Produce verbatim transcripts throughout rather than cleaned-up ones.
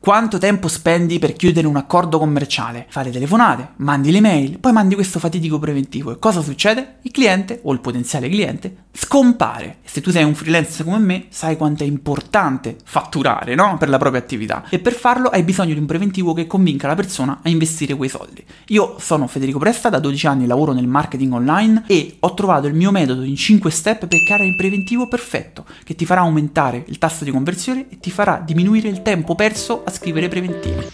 Quanto tempo spendi per chiudere un accordo commerciale? Fai le telefonate, mandi le mail, poi mandi questo fatidico preventivo e cosa succede? Il cliente, o il potenziale cliente, scompare. E se tu sei un freelance come me, sai quanto è importante fatturare, no? Per la propria attività. E per farlo hai bisogno di un preventivo che convinca la persona a investire quei soldi. Io sono Federico Presta, da dodici anni lavoro nel marketing online e ho trovato il mio metodo in cinque step per creare il preventivo perfetto, che ti farà aumentare il tasso di conversione e ti farà diminuire il tempo perso a scrivere preventivi.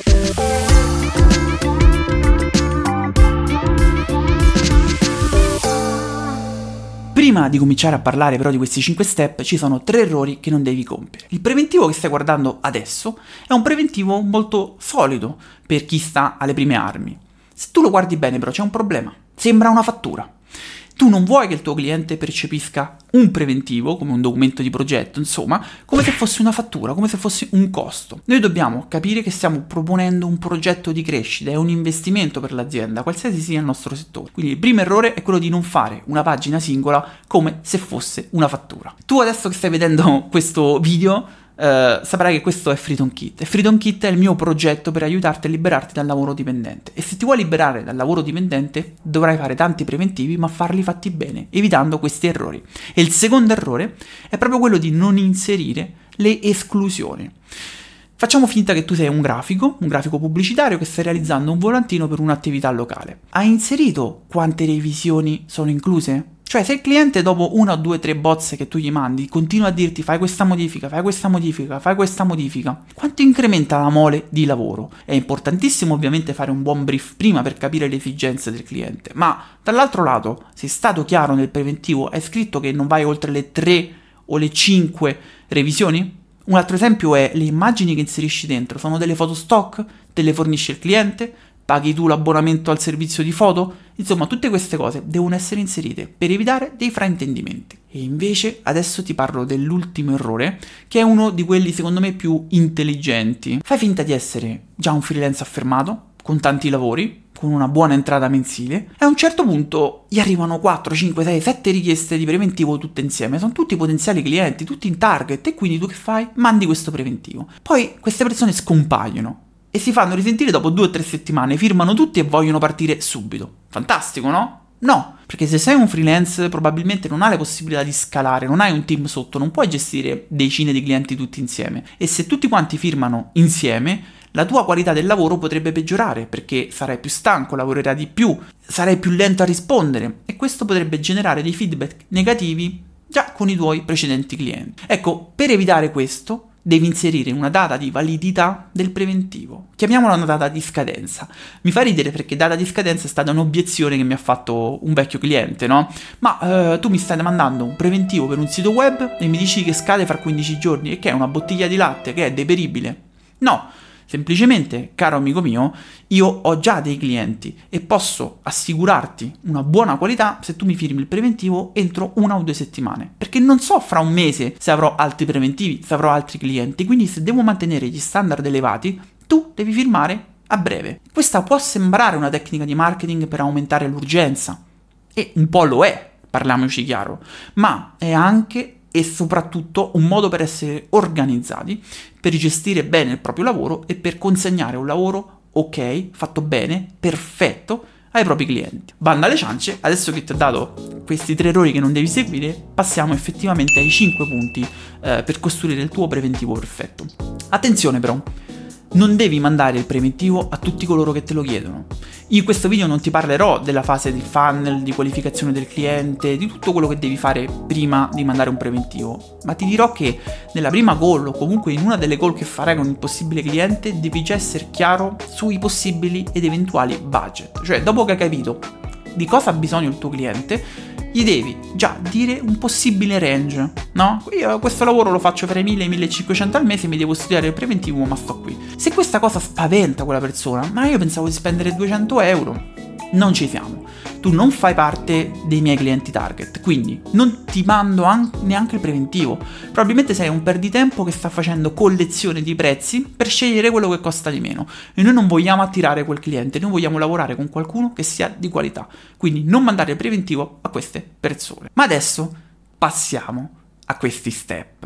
Prima di cominciare a parlare però di questi cinque step ci sono tre errori che non devi compiere. Il preventivo che stai guardando adesso è un preventivo molto solido per chi sta alle prime armi. Se tu lo guardi bene però c'è un problema, sembra una fattura. Tu non vuoi che il tuo cliente percepisca un preventivo, come un documento di progetto, insomma, come se fosse una fattura, come se fosse un costo. Noi dobbiamo capire che stiamo proponendo un progetto di crescita, è un investimento per l'azienda, qualsiasi sia il nostro settore. Quindi il primo errore è quello di non fare una pagina singola come se fosse una fattura. Tu adesso che stai vedendo questo video, Uh, saprai che questo è Freedom Kit e Freedom Kit è il mio progetto per aiutarti a liberarti dal lavoro dipendente, e se ti vuoi liberare dal lavoro dipendente dovrai fare tanti preventivi, ma farli fatti bene, evitando questi errori. E il secondo errore è proprio quello di non inserire le esclusioni. Facciamo finta che tu sei un grafico, un grafico pubblicitario che stai realizzando un volantino per un'attività locale. Hai inserito quante revisioni sono incluse? Cioè, se il cliente dopo una o due, tre bozze che tu gli mandi continua a dirti fai questa modifica, fai questa modifica, fai questa modifica, quanto incrementa la mole di lavoro? È importantissimo ovviamente fare un buon brief prima per capire le esigenze del cliente, ma dall'altro lato, se è stato chiaro nel preventivo, hai scritto che non vai oltre le tre o le cinque revisioni? Un altro esempio è le immagini che inserisci dentro, sono delle foto stock, te le fornisce il cliente? Paghi tu l'abbonamento al servizio di foto? Insomma, tutte queste cose devono essere inserite per evitare dei fraintendimenti. E invece adesso ti parlo dell'ultimo errore, che è uno di quelli secondo me più intelligenti. Fai finta di essere già un freelance affermato, con tanti lavori, con una buona entrata mensile, e a un certo punto gli arrivano quattro, cinque, sei, sette richieste di preventivo tutte insieme, sono tutti potenziali clienti, tutti in target, e quindi tu che fai? Mandi questo preventivo. Poi queste persone scompaiono e si fanno risentire dopo due o tre settimane, firmano tutti e vogliono partire subito. Fantastico, no? No, perché se sei un freelance probabilmente non hai le possibilità di scalare, non hai un team sotto, non puoi gestire decine di clienti tutti insieme, e se tutti quanti firmano insieme la tua qualità del lavoro potrebbe peggiorare, perché sarai più stanco, lavorerai di più, sarai più lento a rispondere, e questo potrebbe generare dei feedback negativi già con i tuoi precedenti clienti. Ecco, per evitare questo devi inserire una data di validità del preventivo. Chiamiamola una data di scadenza. Mi fa ridere perché data di scadenza è stata un'obiezione che mi ha fatto un vecchio cliente, no? Ma eh, tu mi stai mandando un preventivo per un sito web e mi dici che scade fra quindici giorni e che è una bottiglia di latte che è deperibile? No, semplicemente, caro amico mio, io ho già dei clienti e posso assicurarti una buona qualità se tu mi firmi il preventivo entro una o due settimane, perché non so fra un mese se avrò altri preventivi, se avrò altri clienti, quindi se devo mantenere gli standard elevati, tu devi firmare a breve. Questa può sembrare una tecnica di marketing per aumentare l'urgenza, e un po' lo è, parliamoci chiaro, ma è anche e soprattutto un modo per essere organizzati, per gestire bene il proprio lavoro e per consegnare un lavoro ok, fatto bene, perfetto ai propri clienti. Banda alle ciance, adesso che ti ho dato questi tre errori che non devi seguire, passiamo effettivamente ai cinque punti eh, per costruire il tuo preventivo perfetto. Attenzione però, non devi mandare il preventivo a tutti coloro che te lo chiedono. In questo video non ti parlerò della fase di funnel, di qualificazione del cliente, di tutto quello che devi fare prima di mandare un preventivo, ma ti dirò che nella prima call o comunque in una delle call che farai con il possibile cliente devi già essere chiaro sui possibili ed eventuali budget. Cioè, dopo che hai capito di cosa ha bisogno il tuo cliente, gli devi già dire un possibile range, no? Io questo lavoro lo faccio fra i mille e i millecinquecento al mese, mi devo studiare il preventivo, ma sto qui. Se questa cosa spaventa quella persona, ma io pensavo di spendere duecento euro, non ci siamo. Tu non fai parte dei miei clienti target, quindi non ti mando an- neanche il preventivo. Probabilmente sei un perditempo che sta facendo collezione di prezzi per scegliere quello che costa di meno, e noi non vogliamo attirare quel cliente, noi vogliamo lavorare con qualcuno che sia di qualità, quindi non mandare il preventivo a queste persone. Ma adesso passiamo a questi step.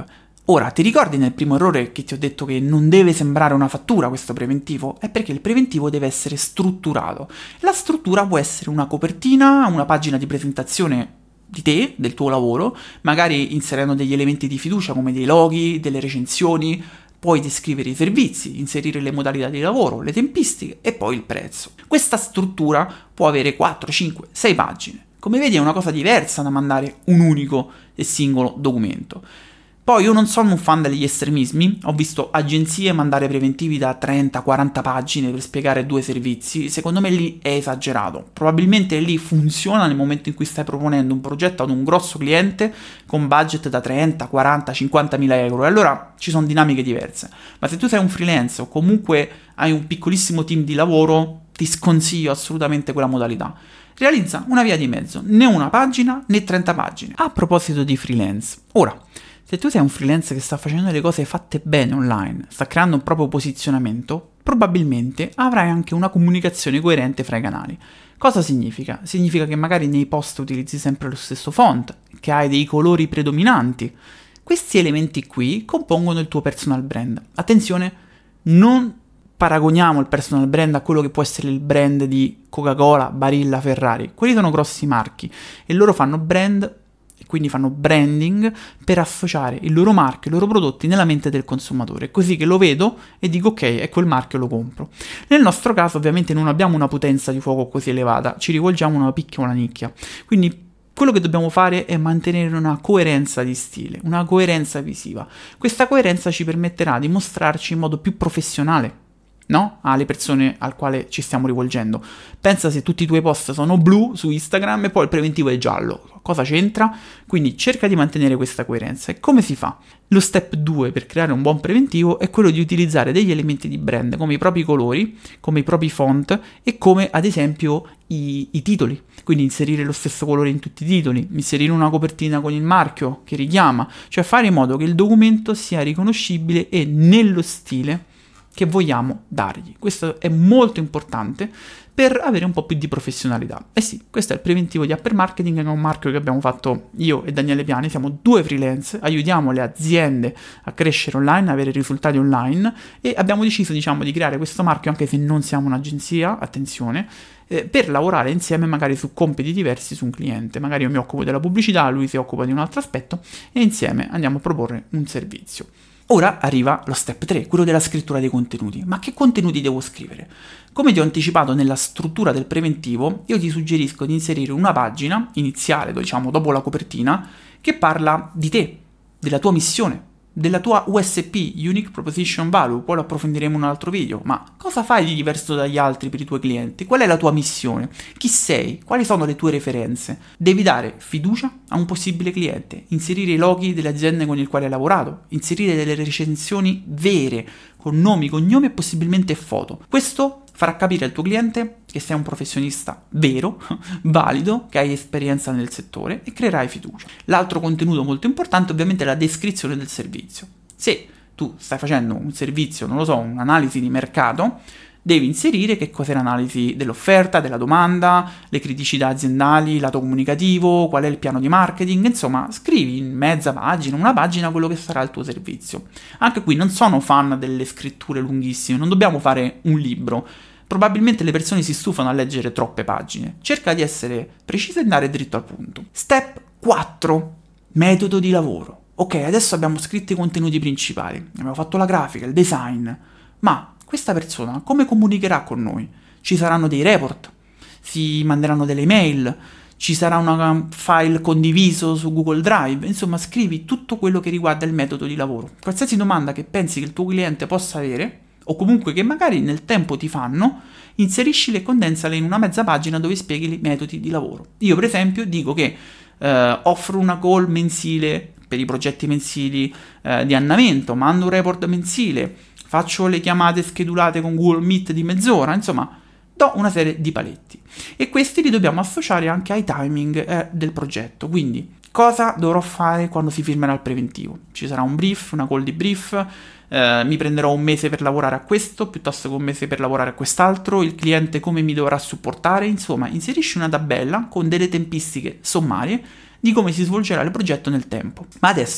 Ora, ti ricordi nel primo errore che ti ho detto che non deve sembrare una fattura questo preventivo? È perché il preventivo deve essere strutturato. La struttura può essere una copertina, una pagina di presentazione di te, del tuo lavoro, magari inserendo degli elementi di fiducia come dei loghi, delle recensioni, puoi descrivere i servizi, inserire le modalità di lavoro, le tempistiche e poi il prezzo. Questa struttura può avere quattro, cinque, sei pagine. Come vedi è una cosa diversa da mandare un unico e singolo documento. Poi io non sono un fan degli estremismi, ho visto agenzie mandare preventivi da trenta quaranta pagine per spiegare due servizi, secondo me lì è esagerato. Probabilmente lì funziona nel momento in cui stai proponendo un progetto ad un grosso cliente con budget da trenta, quaranta, cinquanta mila euro e allora ci sono dinamiche diverse. Ma se tu sei un freelance o comunque hai un piccolissimo team di lavoro, ti sconsiglio assolutamente quella modalità. Realizza una via di mezzo, né una pagina né trenta pagine. A proposito di freelance, ora... se tu sei un freelance che sta facendo le cose fatte bene online, sta creando un proprio posizionamento, probabilmente avrai anche una comunicazione coerente fra i canali. Cosa significa? Significa che magari nei post utilizzi sempre lo stesso font, che hai dei colori predominanti. Questi elementi qui compongono il tuo personal brand. Attenzione, non paragoniamo il personal brand a quello che può essere il brand di Coca-Cola, Barilla, Ferrari. Quelli sono grossi marchi e loro fanno brand, quindi fanno branding per associare il loro marchio, i loro prodotti nella mente del consumatore, così che lo vedo e dico ok, è quel marchio, lo compro. Nel nostro caso ovviamente non abbiamo una potenza di fuoco così elevata, ci rivolgiamo a una piccola nicchia, quindi quello che dobbiamo fare è mantenere una coerenza di stile, una coerenza visiva. Questa coerenza ci permetterà di mostrarci in modo più professionale, no? Alle persone al quale ci stiamo rivolgendo. Pensa se tutti i tuoi post sono blu su Instagram e poi il preventivo è giallo. Cosa c'entra? Quindi cerca di mantenere questa coerenza. E come si fa? Lo step due per creare un buon preventivo è quello di utilizzare degli elementi di brand come i propri colori, come i propri font e come ad esempio i, i titoli. Quindi inserire lo stesso colore in tutti i titoli, inserire una copertina con il marchio che richiama, cioè fare in modo che il documento sia riconoscibile e nello stile che vogliamo dargli. Questo è molto importante per avere un po' più di professionalità. E sì, questo è il preventivo di Upper Marketing, che è un marchio che abbiamo fatto io e Daniele Piani, siamo due freelance, aiutiamo le aziende a crescere online, avere risultati online e abbiamo deciso, diciamo, di creare questo marchio anche se non siamo un'agenzia, attenzione, eh, per lavorare insieme magari su compiti diversi su un cliente. Magari io mi occupo della pubblicità, lui si occupa di un altro aspetto e insieme andiamo a proporre un servizio. Ora arriva lo step tre, quello della scrittura dei contenuti. Ma che contenuti devo scrivere? Come ti ho anticipato nella struttura del preventivo, io ti suggerisco di inserire una pagina iniziale, diciamo dopo la copertina, che parla di te, della tua missione, della tua U S P, Unique Proposition Value, poi lo approfondiremo in un altro video, ma cosa fai di diverso dagli altri per i tuoi clienti? Qual è la tua missione? Chi sei? Quali sono le tue referenze? Devi dare fiducia a un possibile cliente, inserire i loghi delle aziende con il quale hai lavorato, inserire delle recensioni vere, con nomi, cognomi e possibilmente foto. Questo farà capire al tuo cliente che sei un professionista vero, valido, che hai esperienza nel settore e creerai fiducia. L'altro contenuto molto importante ovviamente è la descrizione del servizio. Se tu stai facendo un servizio, non lo so, un'analisi di mercato, devi inserire che cos'è l'analisi dell'offerta, della domanda, le criticità aziendali, lato comunicativo, qual è il piano di marketing, insomma scrivi in mezza pagina, una pagina quello che sarà il tuo servizio. Anche qui non sono fan delle scritture lunghissime, non dobbiamo fare un libro. Probabilmente le persone si stufano a leggere troppe pagine. Cerca di essere preciso e andare dritto al punto. Step quattro. Metodo di lavoro. Ok, adesso abbiamo scritto i contenuti principali, abbiamo fatto la grafica, il design, ma questa persona come comunicherà con noi? Ci saranno dei report, si manderanno delle email, ci sarà un file condiviso su Google Drive, insomma scrivi tutto quello che riguarda il metodo di lavoro. Qualsiasi domanda che pensi che il tuo cliente possa avere, o comunque che magari nel tempo ti fanno, inseriscile e condensale in una mezza pagina dove spieghi i metodi di lavoro. Io per esempio dico che eh, offro una call mensile per i progetti mensili eh, di annamento, mando un report mensile, faccio le chiamate schedulate con Google Meet di mezz'ora, insomma do una serie di paletti e questi li dobbiamo associare anche ai timing eh, del progetto. Quindi cosa dovrò fare quando si firmerà il preventivo? Ci sarà un brief, una call di brief, eh, mi prenderò un mese per lavorare a questo piuttosto che un mese per lavorare a quest'altro, il cliente come mi dovrà supportare, insomma inserisci una tabella con delle tempistiche sommarie di come si svolgerà il progetto nel tempo. Ma adesso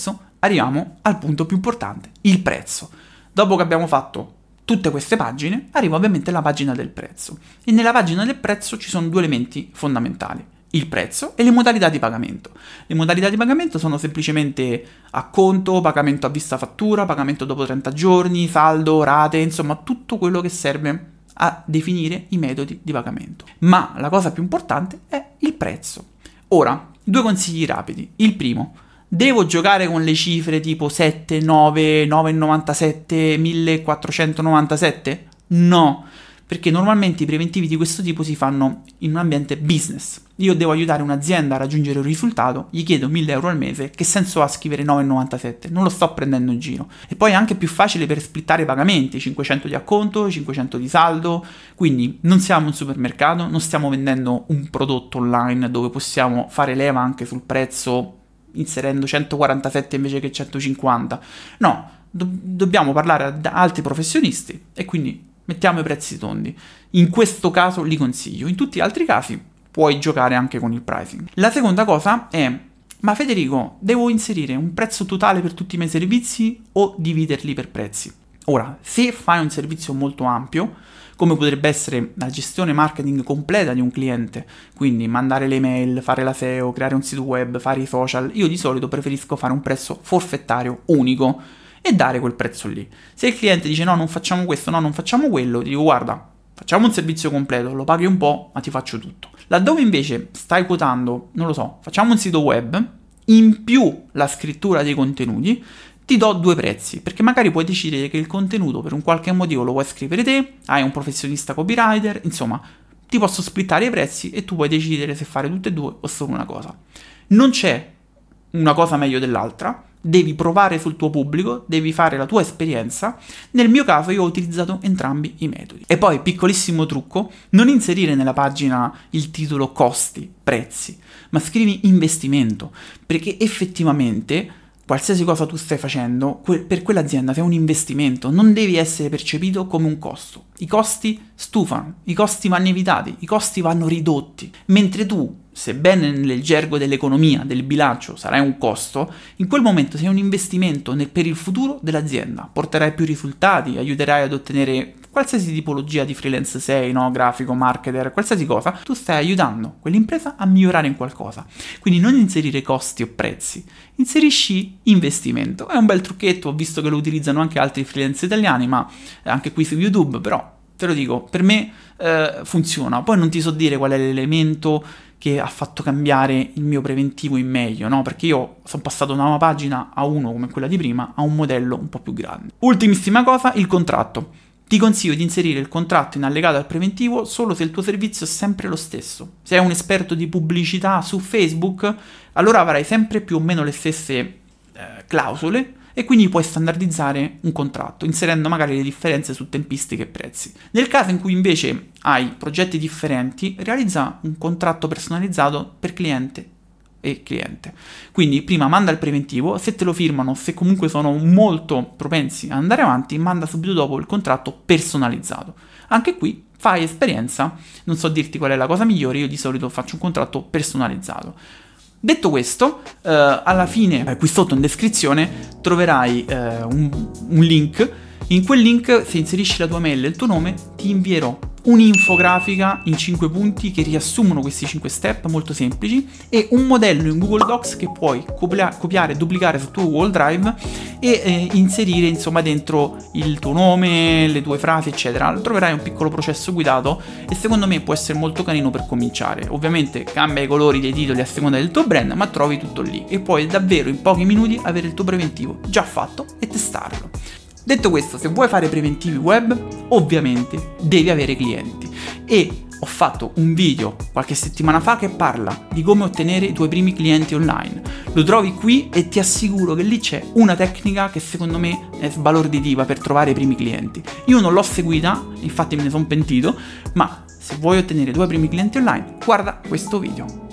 arriviamo al punto più importante, il prezzo. Dopo che abbiamo fatto tutte queste pagine, arriva ovviamente la pagina del prezzo. E nella pagina del prezzo ci sono due elementi fondamentali: il prezzo e le modalità di pagamento. Le modalità di pagamento sono semplicemente acconto, pagamento a vista fattura, pagamento dopo trenta giorni, saldo, rate, insomma tutto quello che serve a definire i metodi di pagamento. Ma la cosa più importante è il prezzo. Ora, due consigli rapidi. Il primo: devo giocare con le cifre tipo sette, nove, nove virgola novantasette, millequattrocentonovantasette? No, perché normalmente i preventivi di questo tipo si fanno in un ambiente business. Io devo aiutare un'azienda a raggiungere un risultato, gli chiedo mille euro al mese, che senso ha scrivere nove virgola novantasette? Non lo sto prendendo in giro. E poi è anche più facile per splittare i pagamenti, cinquecento di acconto, cinquecento di saldo, quindi non siamo un supermercato, non stiamo vendendo un prodotto online dove possiamo fare leva anche sul prezzo inserendo centoquarantasette invece che centocinquanta. No, do- dobbiamo parlare ad altri professionisti e quindi mettiamo i prezzi tondi. In questo caso li consiglio, in tutti gli altri casi puoi giocare anche con il pricing. La seconda cosa è: ma Federico, devo inserire un prezzo totale per tutti i miei servizi o dividerli per prezzi? Ora, se fai un servizio molto ampio, come potrebbe essere la gestione marketing completa di un cliente, quindi mandare le mail, fare la S E O, creare un sito web, fare i social, io di solito preferisco fare un prezzo forfettario unico e dare quel prezzo lì. Se il cliente dice no, non facciamo questo, no, non facciamo quello, ti dico guarda, facciamo un servizio completo, lo paghi un po', ma ti faccio tutto. Laddove invece stai quotando, non lo so, facciamo un sito web, in più la scrittura dei contenuti, ti do due prezzi, perché magari puoi decidere che il contenuto per un qualche motivo lo vuoi scrivere te, hai un professionista copywriter, insomma, ti posso splittare i prezzi e tu puoi decidere se fare tutte e due o solo una cosa. Non c'è una cosa meglio dell'altra, devi provare sul tuo pubblico, devi fare la tua esperienza. Nel mio caso io ho utilizzato entrambi i metodi. E poi, piccolissimo trucco, non inserire nella pagina il titolo costi, prezzi, ma scrivi investimento, perché effettivamente qualsiasi cosa tu stai facendo, que- per quell'azienda è un investimento, non devi essere percepito come un costo. I costi stufano, i costi vanno evitati, i costi vanno ridotti. Mentre tu, sebbene nel gergo dell'economia, del bilancio, sarai un costo, in quel momento sei un investimento nel- per il futuro dell'azienda. Porterai più risultati, aiuterai ad ottenere qualsiasi tipologia di freelance sei, no? Grafico, marketer, qualsiasi cosa, tu stai aiutando quell'impresa a migliorare in qualcosa. Quindi non inserire costi o prezzi, inserisci investimento. È un bel trucchetto, ho visto che lo utilizzano anche altri freelance italiani, ma anche qui su YouTube, però te lo dico, per me eh, funziona. Poi non ti so dire qual è l'elemento che ha fatto cambiare il mio preventivo in meglio, no? Perché io sono passato da una pagina a uno come quella di prima a un modello un po' più grande. Ultimissima cosa, il contratto. Ti consiglio di inserire il contratto in allegato al preventivo solo se il tuo servizio è sempre lo stesso. Se sei un esperto di pubblicità su Facebook, allora avrai sempre più o meno le stesse eh, clausole e quindi puoi standardizzare un contratto, inserendo magari le differenze su tempistiche e prezzi. Nel caso in cui invece hai progetti differenti, realizza un contratto personalizzato per cliente e cliente. Quindi prima manda il preventivo, se te lo firmano, se comunque sono molto propensi ad andare avanti, manda subito dopo il contratto personalizzato. Anche qui fai esperienza, non so dirti qual è la cosa migliore, io di solito faccio un contratto personalizzato. Detto questo, eh, alla fine, eh, qui sotto in descrizione, troverai eh, un, un link. In quel link, se inserisci la tua mail e il tuo nome, ti invierò un'infografica in cinque punti che riassumono questi cinque step molto semplici e un modello in Google Docs che puoi copia- copiare e duplicare sul tuo Google Drive e eh, inserire insomma dentro il tuo nome, le tue frasi eccetera. Troverai un piccolo processo guidato e secondo me può essere molto carino per cominciare. Ovviamente cambia i colori dei titoli a seconda del tuo brand, ma trovi tutto lì e puoi davvero in pochi minuti avere il tuo preventivo già fatto e testarlo. Detto questo, se vuoi fare preventivi web, ovviamente devi avere clienti e ho fatto un video qualche settimana fa che parla di come ottenere i tuoi primi clienti online. Lo trovi qui e ti assicuro che lì c'è una tecnica che secondo me è sbalorditiva per trovare i primi clienti. Io non l'ho seguita, infatti me ne sono pentito, ma se vuoi ottenere i tuoi primi clienti online, guarda questo video.